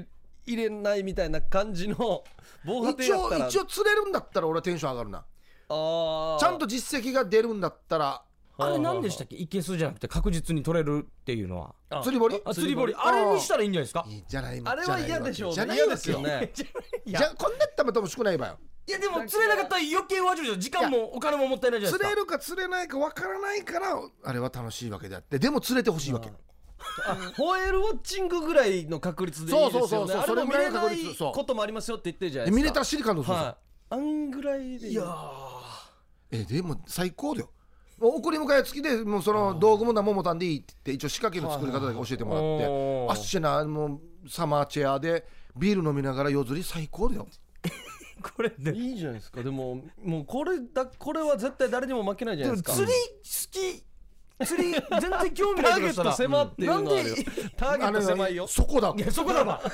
入れないみたいな感じの防波堤一やったら応一応釣れるんだったら俺はテンション上がるな。 あちゃんと実績が出るんだったら。 あれ何でしたっけ、いけすじゃなくて確実に取れるっていうのは釣り堀、 あ釣り堀あれにしたらいいんじゃないですか。 いいじゃないあれは嫌でしょうね。 じゃない嫌ですよね。 じゃこんなったらまた欲しくないばよ。 いやでも釣れなかったら余計わじるじゃん。時間もお金ももったいないじゃないですか。 釣れるか釣れないかわからないからあれは楽しいわけであって、でも釣れてほしいわけ。 あホエールウォッチングぐらいの確率でいいですよね。 そうそうそうそう、 あれも見れなそれぐらいの確率いそうこともありますよって言ってるじゃないですか。 見れたらシリカンのそうそう、 はい、あんぐらいでいい。 いやえでも最高だよ。もう送り迎え付きでもうその道具も何も持たんでいいって言って一応仕掛けの作り方だけ教えてもらって、あっしなもうサマーチェアでビール飲みながら夜釣り最高だよ。 これでいいじゃないですか。でももうこれだこれは絶対誰にも負けないじゃないですか。 釣り好き釣り全然興味ないけどターゲット狭っていうのはあるよ。ターゲット狭いよ。 そこだ。 いやそこだわ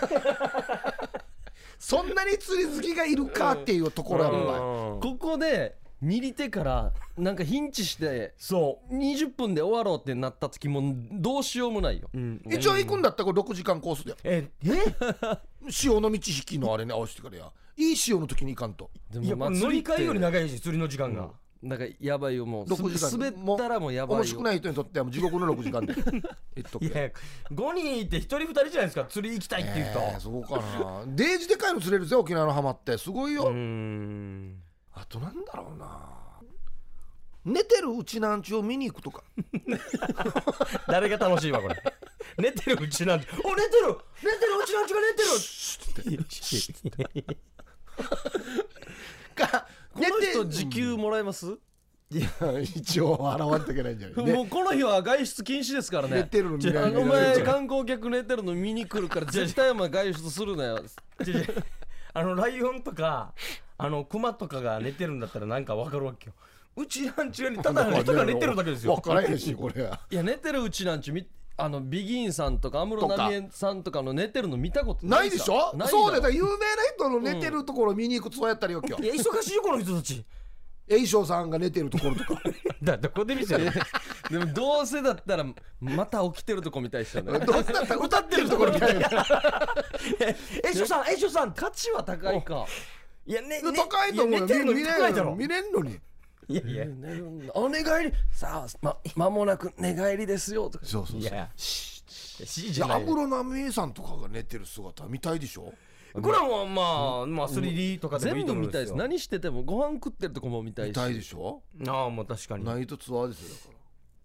そんなに釣り好きがいるかっていうところやもんばい。 ここで握り手からなんかヒンチしてそうにじゅっぷんで終わろうってなった時もどうしようもないよ、うん、 一応行くんだったらこれろくじかんコースだよ。 ええ潮の満ち引きのあれに合わせてからやいい潮の時に行かんと。 いや乗り換えより長いし釣りの時間が、 うん、なんかやばいよ。もうろくじかん滑ったらもうやばいよ。 面白くない人にとってはもう地獄のろくじかんで言っとく。 いやごにんいてひとりふたりじゃないですか釣り行きたいって言うと、 えー、そうかな。デージでかいの釣れるぜ沖縄の浜ってすごいよ。 うーんあとなんだろうな、寝てるうちなんちを見に行くとか誰が楽しいわこれ寝てるうちなんちお寝てる寝てるうちなんちが寝てるかこの人時給もらえます？ いや一応払わんといけないんじゃない、ね、 もうこの日は外出禁止ですからね。 寝てるの見ない。 お前観光客寝てるの見に来るから絶対お前外出するなよあのライオンとかあのクマとかが寝てるんだったらなんか分かるわけよ。うちなんちゅうにただ人が寝てるだけですよ。 分からへんしこれは。 いや寝てるうちなんちゅうあのビギンさんとか安室奈美恵さんとかの寝てるの見たことないでしょ。そうだよ、有名な人の寝てるところ見に行くツアーやったらよ今日。 いや忙しいよこの人たち。 栄翔さんが寝てるところとかだどこで見せるでもどうせだったらまた起きてるとこ見たいっすよね。 どうせだったら歌ってるところ見たい。 栄翔さん栄翔さん価値は高いか。 いやね高いと思うよ。 寝てるの見高いだろ。 見れんのに。 いやいやお寝帰りさあま間もなく寝帰りですよとか。 そうそうそう。 いやししじゃない。 安室奈美恵さんとかが寝てる姿見たいでしょ。 これはもうまあまあ スリーディー とかでもいいと思うんですよ。 全部見たいです。何しててもご飯食ってるとこも見たいし。 見たいでしょ。 ああもう確かに。 ナイトツアーですよだから。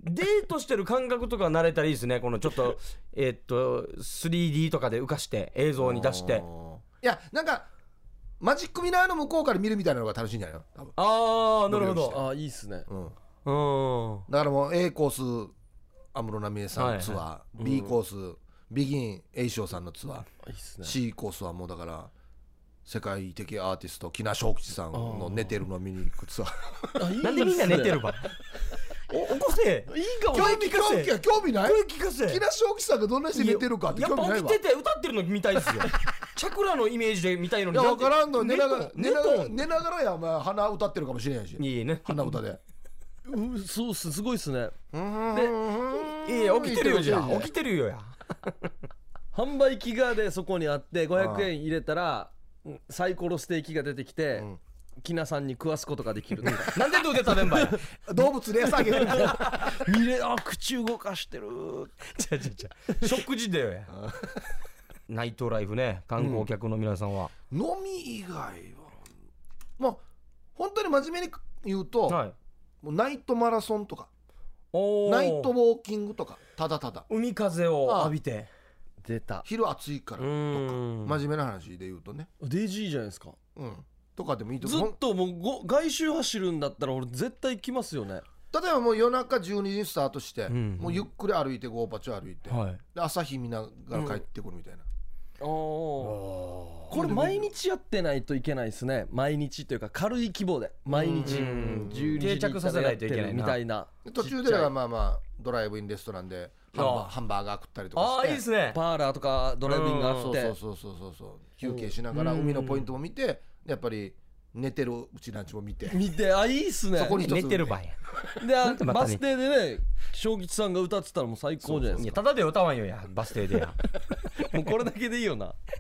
デートしてる感覚とか慣れたらいいですね。このちょっとえーっと スリーディー とかで浮かして映像に出して。 いやなんかマジックミラーの向こうから見るみたいなのが楽しいんじゃないの多分。 ああなるほど。 ああいいっすね。 うん。 うん。 だからもう A コース安室奈美恵さんツアー、はいはい、B コース、うん、ビギン栄翔さんのツアー、いいっすね、C コースはもうだから世界的アーティスト木梨正吉さんの寝てるの見に行くツアー。 いいなんでみんな寝てるばお起こせいいかも。 興味興味興味ない。 聞かせ木梨正吉さんがどんな人寝てるかって興味ないわ。 やっぱ起きてて歌ってるの見たいですよチャクラのイメージで見たいのに。 いや分からんの。寝ながら寝ながら寝ながらやお前鼻歌ってるかもしれんし。 いいね鼻歌でうそうっすすごいっすね。 でいや起きてるよじゃあ起きてるよや販売機がでそこにあってごひゃくえん入れたらサイコロステーキが出てきて、うん、きなさんに食わすことができるなんでどうで食べんばい動物で餌あげる見れあ口動かしてるちゃちゃちゃ食事だよやナイトライフね観光客の皆さんは、 うん、飲み以外はまあ本当に真面目に言うと、はい、もうナイトマラソンとかナイトウォーキングとかただただ海風を浴びて出た昼暑いからとか真面目な話で言うとねデイジーじゃないですか、 うん、とかでもいいと思う。ずっともうご外周走るんだったら俺絶対来ますよね。 例えばもう夜中じゅうにじにスタートして、うん、もうゆっくり歩いてゴーパチョ歩いて、はい、で朝日見ながら帰ってくるみたいな、 うん、おこれ毎日やってないといけないですね。毎日というか軽い規模で毎日じゅうにじ定着させないといけないみたいな。 途中ではまあまあドライブインレストランでハンバー、ハンバーガー食ったりとかして、 ああいいですね。 パーラーとかドライブインがあって、 そうそうそうそうそう休憩しながら海のポイントも見て、やっぱり寝てるうちなんちも見て見て、あいいっすね。 そこに寝てる場合でバス停でね正吉さんが歌ってたらもう最高じゃないですか。 いやただで歌わんよやバス停でやもうこれだけでいいよな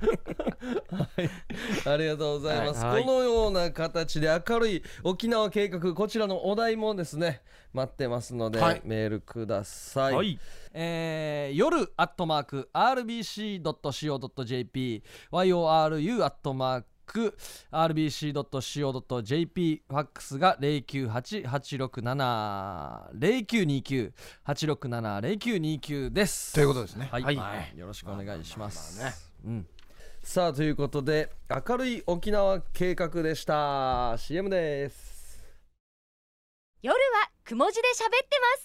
はい、ありがとうございます、 はい、 このような形で明るい沖縄計画、こちらのお題もですね待ってますので、はい、メールください、はい、えー、夜アットマーク アールビーシードットシーオードットジェーピー ヨル アットマークアールビーシードットシーオードットジェーピー ファックスが ゼロきゅうはち はちろくなな ゼロきゅうにきゅう はちろくなな ゼロきゅうにきゅうですということですね。 はい、はい、よろしくお願いします、まあまあまあね、うん、さあということで明るい沖縄計画でした。 シーエム です。 夜はくも字で喋ってます。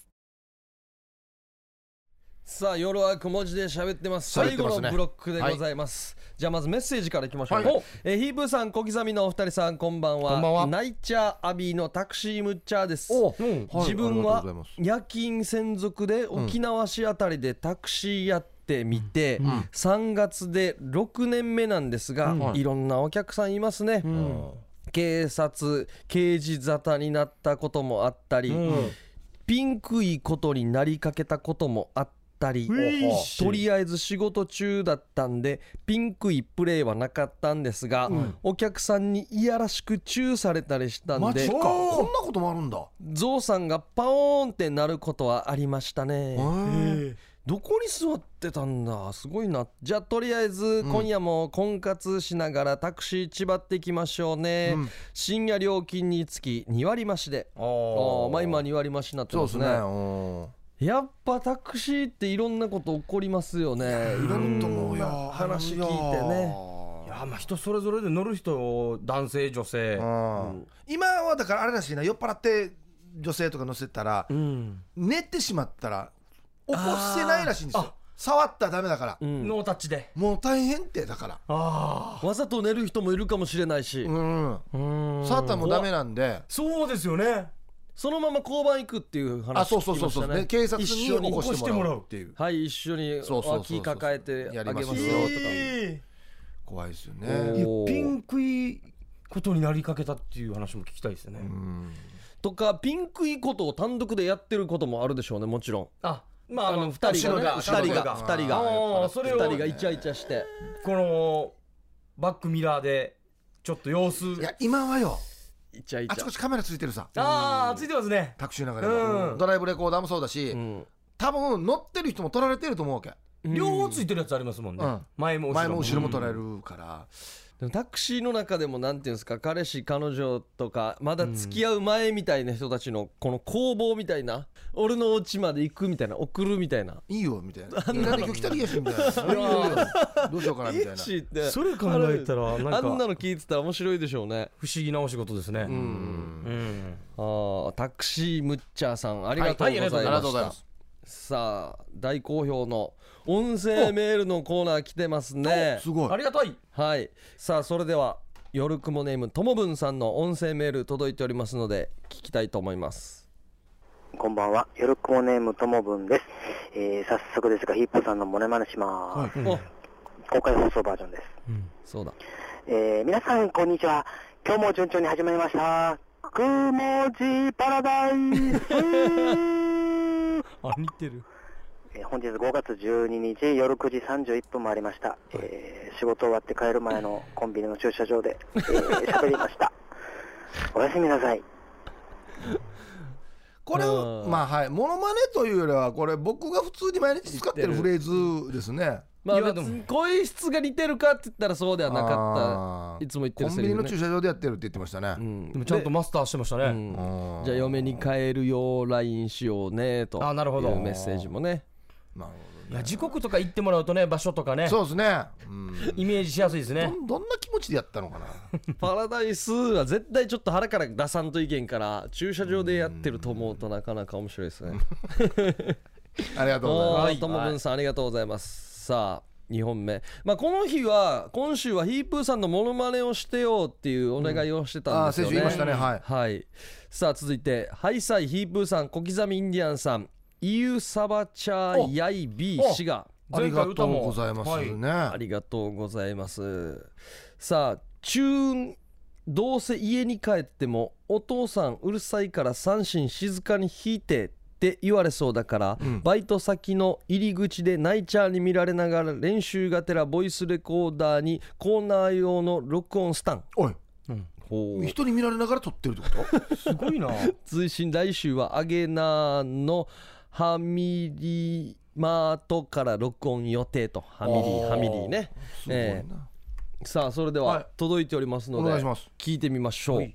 さあ夜はくも字で喋ってます。最後のブロックでございます、はい、じゃあまずメッセージからいきましょう、はい、えー、ヒープーさん、小刻みのお二人さん、こんばんは。こんばんは。ナイチャーアビーのタクシームッチャーです。お、うん、自分は夜勤専属で沖縄市あたりでタクシーやってみて、うん、さんがつでろくねんめなんですが、うん、いろんなお客さんいますね、うん、警察刑事沙汰になったこともあったり、うん、ピンクいことになりかけたこともあったり、とりあえず仕事中だったんでピンクいプレーはなかったんですが、うん、お客さんにいやらしくチューされたりしたんで、 マジか、こんなこともあるんだ。 ゾウさんがパオーンってなることはありましたね。へ、どこに座ってたんだ、すごいな。じゃあとりあえず今夜も婚活しながらタクシーちばっていきましょうね、うん、深夜料金につきに割増しで、ああ、まあ今に割増しになってますね。そうですね。やっぱタクシーっていろんなこと起こりますよね。いろんな話聞いてね。 いや、まあ人それぞれで乗る人、男性女性、うん、 今はだからあれらしいな、酔っ払って女性とか乗せたら、うん、寝てしまったら起こせないらしいんですよ。触ったらダメだから、 うん、ノータッチでもう大変ってだから、 あ、わざと寝る人もいるかもしれないし、うん、 うん、触ったらもうダメなんで。 そうですよね。 そのまま交番行くっていう話聞きましたね。あ、そうそうそうそう、 警察に起こしてもらうっていう。 はい、一緒に脇抱えてあげますよとか。 怖いですよね。 ピンクいことになりかけたっていう話も聞きたいですよね。うん、 とかピンクいことを単独でやってることもあるでしょうね、もちろん。あ、 まあ、あのふたりがね、ふたりがふたりがふたりがイチャイチャしてこのバックミラーでちょっと様子。 いや今はよ、 イチャイチャ、 あちこちカメラついてるさ。 ああ、ついてますね。 タクシーの中でも、うん、ドライブレコーダーもそうだし、うん、多分乗ってる人も撮られてると思うわけ。 両方ついてるやつありますもんね、うん、前も後ろも前も後ろも撮られるから、 でもタクシーの中でもなんていうんですか、彼氏彼女とかまだ付き合う前みたいな人たちのこの攻防みたいな、俺のお家まで行くみたいな、送るみたいな、 いいよみたいな、なんで今日来たらいいやしみたいなどうしようかなみたいな。 それ考えたらなんかあんなの聞いてたら面白いでしょうね。 不思議なお仕事ですね。うん、 うん、あ、タクシームッチャーさん、ありがとうございました、はいはい、ありがとうございます。さあ大好評の音声メールのコーナー来てますね。 すごいありがたい。 はい、さあそれでは夜雲ネームともぶんさんの音声メール届いておりますので聞きたいと思います。 こんばんは、夜雲ネームともぶんです。えー、早速ですがヒップさんのモノマネします、はい、うん、公開放送バージョンです、 うん、そうだ。 えー、皆さんこんにちは。今日も順調に始まりましたくもじパラダイスあ、似てる。 えー、本日ごがつじゅうににち夜くじさんじゅういっぷんもありました、えー、仕事終わって帰る前のコンビニの駐車場で喋、えー、りましたおやすみなさい。 これまあはい、モノマネというよりはこれ僕が普通に毎日使ってるフレーズですね。 まあ別に声質が似てるかって言ったらそうではなかった。いつも言ってるセリフね。コンビニの駐車場でやってるって言ってましたね、 うん、でもちゃんとマスターしてましたね、うん、 じゃあ嫁に帰るよ ライン しようねというメッセージもね。 なるほどね。いや時刻とか言ってもらうとね、場所とかね、 そうですね、 うん、イメージしやすいですね。 ど, どんな気持ちでやったのかなパラダイスは絶対ちょっと腹から出さんといけんから駐車場でやってると思うとなかなか面白いですねありがとうございます。 ともぶんさんありがとうございます。さあにほんめ、まあ、この日は今週はヒープーさんのモノマネをしてよっていうお願いをしてたんですよね、うん、あ、先週言いましたね、はい、はい、さあ続いてハイサイヒープーさん、小刻みインディアンさん、イユサバチャーヤイビー氏がありがとうございますね、はい、 ありがとうございます。さあチューン、どうせ家に帰ってもお父さんうるさいから三振静かに弾いてっって言われそうだから、うん、バイト先の入り口でナイチャーに見られながら練習がてらボイスレコーダーにコーナー用の録音スタン。 おい、うん、人に見られながら撮ってるってことすごいな。 追伸来週はアゲナーのハミリーマートから録音予定と。ハミリーハミリーね。すごいな、えー、さあそれでは届いておりますので、はい、お願いします。聞いてみましょう。はい、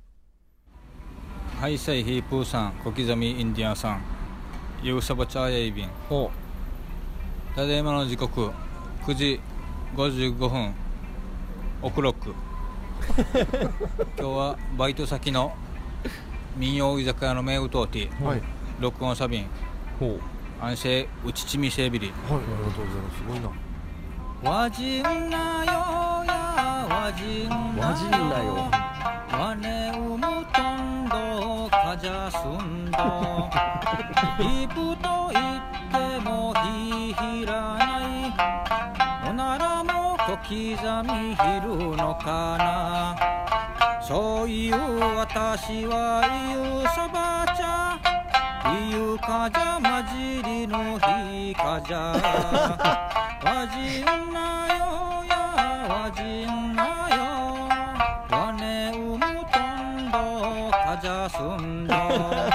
はい、サイヒープーさん、小刻みインディアンさん、ユーサバチャーヤイビン。ただいまの時刻くじごじゅうごふん、オクロック。今日はバイト先の民謡居酒屋の名ウトーティ、はい、録音サビン、安静うちちみせびり。はい、ありがとうございます。すごいな。わじんなよやわじんなよわじんなよわねうむとんどかじゃすんどイプと言ってもひひらないおならも小刻みひるのかな。そういう私は言うそば茶言うかじゃまじりのひかじゃわじんなよやわじんなよわねうむとんどかじゃすんど。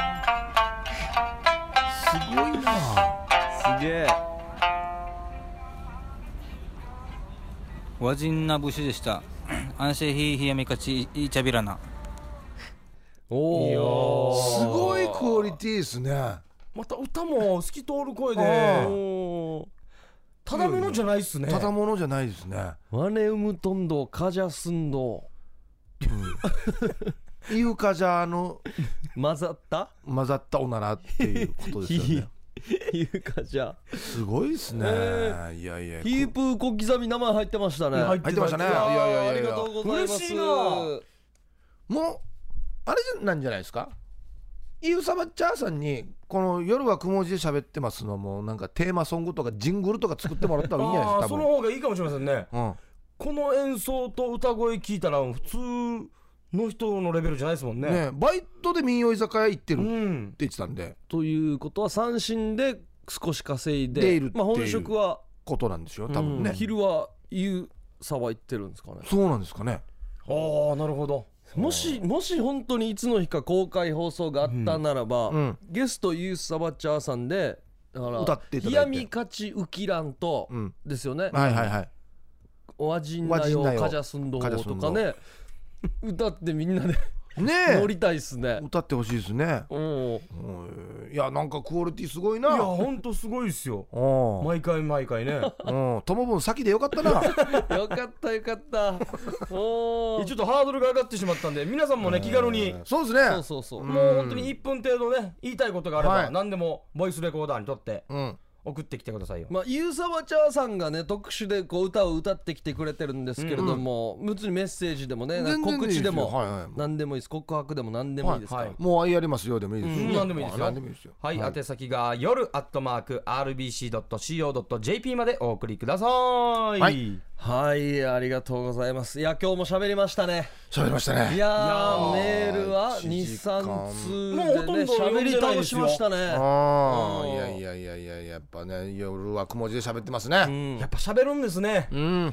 すごいな。 すげえ。 わじんな節でした。安静ひひやみかちいちゃびらな。 おお、すごいクオリティですね。 また歌も透き通る声でただものじゃないっすね。 ただものじゃないですね。 ワネウムトンドカジャスンド、 うん、イウカジャの混ざった混ざったおならっていうことですよね。 イウカジャすごいですね、えー、いやいやヒープー小刻み名前入ってましたね。 入ってましたね。いやいやいやありがとうございます。嬉しいな。 もうあれなんじゃないですか。イウサバッチャーさんにこの夜はくも字で喋ってますのもなんかテーマソングとかジングルとか作ってもらったらいいんじゃないですか。 あその方がいいかもしれませんね、うん、この演奏と歌声聞いたら普通の人のレベルじゃないですもん ね, ねバイトで民謡居酒屋行ってるって言ってたんで、うん、 ということは三振で少し稼いでいる、まあ、本職はことなんですよ多分ね、うん、 昼はイウサバ行ってるんですかね。 そうなんですかね。 ああなるほど。 もしもし本当にいつの日か公開放送があったならば、うんうん、ゲストユースサバッチャーさんでだから歌っていただいて、 冷やみかちウキランと、うん、ですよね。 はいはいはい。 おわじんなよカジャスンドとかね歌ってみんなでね乗りたいっすね。 歌ってほしいですね。うん、いやなんかクオリティすごいな。 いやほんとすごいっすよ。毎回毎回ね。 ともぶん先でよかったな。 よかったよかった。 おちょっとハードルが上がってしまったんで皆さんもね気軽に。 そうですね。 そうそうそう。 もう本当にいっぷん程度ね言いたいことがあれば、はい、何でもボイスレコーダーにとって、うん送ってきてくださいよ。 まあユーサバチャーさんがね特殊でこう歌を歌ってきてくれてるんですけれども、うん、別にメッセージでもね告知でも、はいはい、何でもいいです。告白でも何でもいいですから、はいはい、 もうやりますよでもいいですよ、 うん、何でもいいですよ。何でもいいですよ。はい、はい、宛先が夜アットマーク アールビーシードットシーオードットジェーピー までお送りください。 はい、はい、ありがとうございます。いや今日も喋りましたね。 喋りましたね。 いやーメールは にさん通でね喋り倒しましたね。 あいやいやいやいややっぱね夜はくも字で喋ってますね、 うん、やっぱ喋るんですね。うん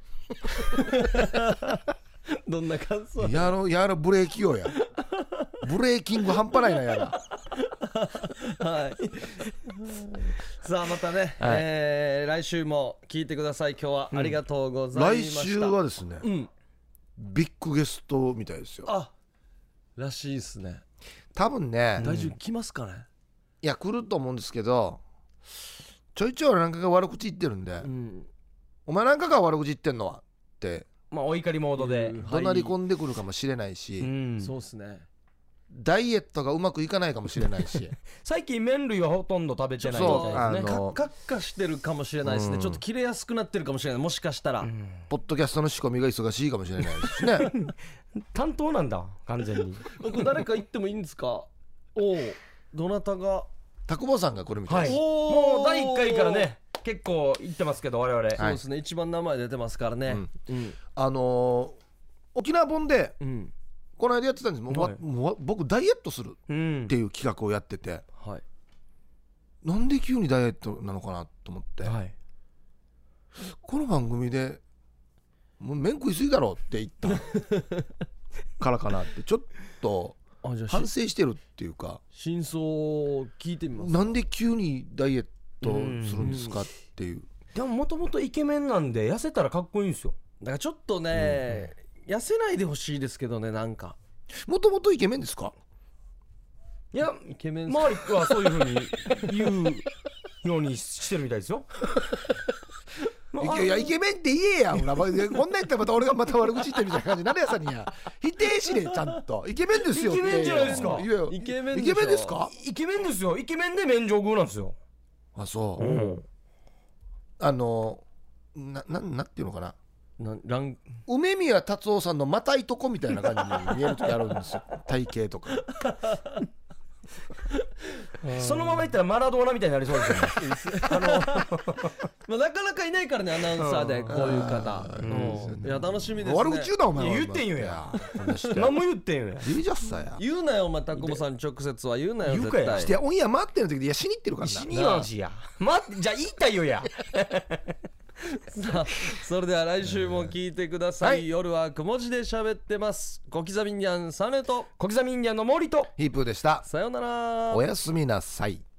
どんな感想やろやろブレーキよやブレーキング半端ないなやらはいさあまたね、はい、えー、来週も聞いてください。今日はありがとうございました、 うん、来週はですね、うん、ビッグゲストみたいですよ。 あらしいですね。 多分ね大丈夫来ますかね。 いや来ると思うんですけどちょいちょいなんかが悪口言ってるんで、うん、お前なんかが悪口言ってんのはってまあお怒りモードで怒鳴り込んでくるかもしれないし、 はい、うん、そうですね。 ダイエットがうまくいかないかもしれないし最近麺類はほとんど食べてないみたいですね。 カッカッカしてるかもしれないですね、うん、ちょっと切れやすくなってるかもしれない。もしかしたら、うん、 ポッドキャストの仕込みが忙しいかもしれないですしね担当なんだ完全に僕誰か言ってもいいんですか。おおどなたが。 タクボさんがこれみたいです、 はい、もうだいいっかいからね結構言ってますけど我々、はい、 そうですね一番名前出てますからね、うんうん、あのー、沖縄本で、うん、この間やってたんです。もう、はい、もう僕ダイエットするっていう企画をやってて、うん、 なんで急にダイエットなのかなと思って、 はい、 この番組でもう麺食いすぎだろって言ったからかなってちょっと反省してるっていうか、 真相を聞いてみます。 なんで急にダイエットするんですかっていう。 でももともとイケメンなんで痩せたらかっこいいんですよ。 だからちょっとね、うん、痩せないでほしいですけどね。なんかもともとイケメンですか？ いやイケメン周りはそういうふうに言うようにしてるみたいですよ。 いやイケメンって言えや、ほらこんなん言ったらまた俺がまた悪口言ってるみたいな感じになるやさにや。否定しれちゃんとイケメンですよ。 イケメンじゃないですか。 イケメンイケメンですか？ イケメンですよ。イケメンで免状食うなんですよ。 あ、そう、うん、あのな、な、なんていうのかな、 なラン梅宮達夫さんのまたいとこみたいな感じに見える時あるんですよ体型とかそのままいったらマラドーナみたいになりそうですよね。あのまあなかなかいないからね、アナウンサーでこういう方。うん、いや楽しみですね。 悪口言うなお前は。 言ってんよや。何も言ってんよや。 いいじゃっさや。 言うなよお前、タコボさんに直接は言うなよ。 言うかや。 してオンエア待ってる時でいやしに行ってるからな。 しにはしや。待ってじゃあ言いたいよや。 さあそれでは来週も聞いてください、はい、夜はくも字で喋ってます。小刻みインディアンサネと小刻みインディアンの森とヒープーでした。 さようなら。 おやすみなさい。